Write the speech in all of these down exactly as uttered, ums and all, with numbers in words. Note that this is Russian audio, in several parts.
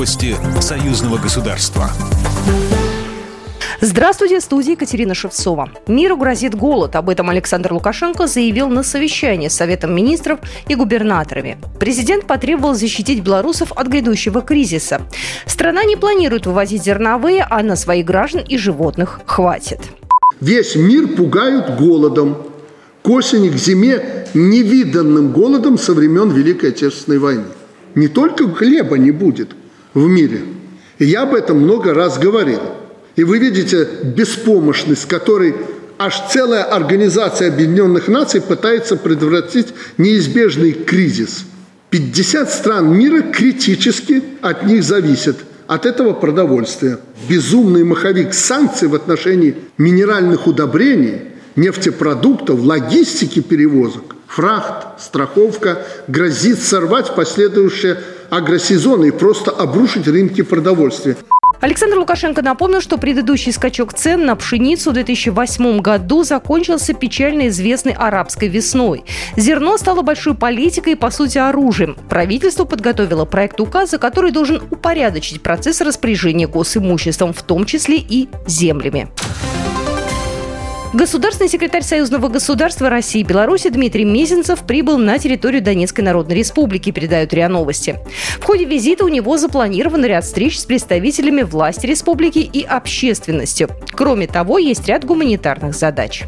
Новости союзного государства. Здравствуйте, в студии Екатерина Шевцова. Миру грозит голод. Об этом Александр Лукашенко заявил на совещании с Советом министров и губернаторами. Президент потребовал защитить белорусов от грядущего кризиса. Страна не планирует вывозить зерновые, а на своих граждан и животных хватит. Весь мир пугают голодом. К осени, к зиме невиданным голодом со времен Великой Отечественной войны. Не только хлеба не будет в мире. И я об этом много раз говорил. И вы видите беспомощность, с которой аж целая Организация Объединенных Наций пытается предотвратить неизбежный кризис. пятьдесят стран мира критически от них зависят, от этого продовольствия. Безумный маховик санкций в отношении минеральных удобрений, нефтепродуктов, логистики перевозок, фрахт, страховка грозит сорвать последующие агросезоны и просто обрушить рынки продовольствия. Александр Лукашенко напомнил, что предыдущий скачок цен на пшеницу в две тысячи восьмом году закончился печально известной арабской весной. Зерно стало большой политикой и, по сути, оружием. Правительство подготовило проект указа, который должен упорядочить процесс распоряжения госимуществом, в том числе и землями. Государственный секретарь Союзного государства России и Беларуси Дмитрий Мезенцев прибыл на территорию Донецкой Народной Республики, передают РИА Новости. В ходе визита у него запланирован ряд встреч с представителями власти республики и общественностью. Кроме того, есть ряд гуманитарных задач.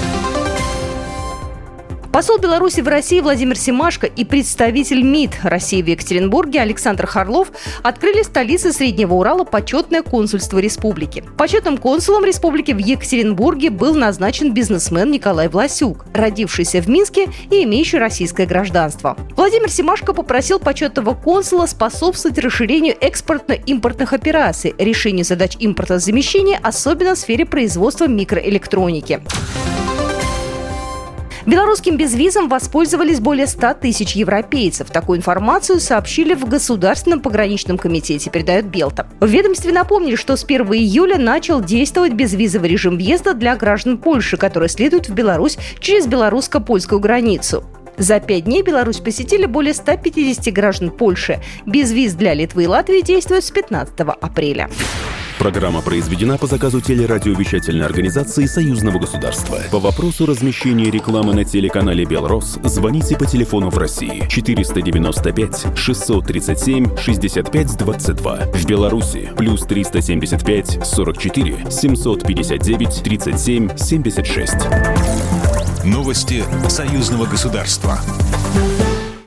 Посол Беларуси в России Владимир Семашко и представитель МИД России в Екатеринбурге Александр Харлов открыли в столице Среднего Урала почетное консульство республики. Почетным консулом республики в Екатеринбурге был назначен бизнесмен Николай Власюк, родившийся в Минске и имеющий российское гражданство. Владимир Семашко попросил почетного консула способствовать расширению экспортно-импортных операций, решению задач импортозамещения, особенно в сфере производства микроэлектроники. Белорусским безвизом воспользовались более ста тысяч европейцев. Такую информацию сообщили в Государственном пограничном комитете, передает Белта. В ведомстве напомнили, что с первого июля начал действовать безвизовый режим въезда для граждан Польши, которые следуют в Беларусь через белорусско-польскую границу. За пять дней Беларусь посетили более ста пятидесяти граждан Польши. Безвиз для Литвы и Латвии действует с пятнадцатого апреля. Программа произведена по заказу телерадиовещательной организации Союзного государства. По вопросу размещения рекламы на телеканале «Белрос» звоните по телефону в России четыреста девяносто пять шестьсот тридцать семь шестьдесят пять двадцать два. В Беларуси плюс триста семьдесят пять сорок четыре семьсот пятьдесят девять тридцать семь семьдесят шесть. Новости союзного государства.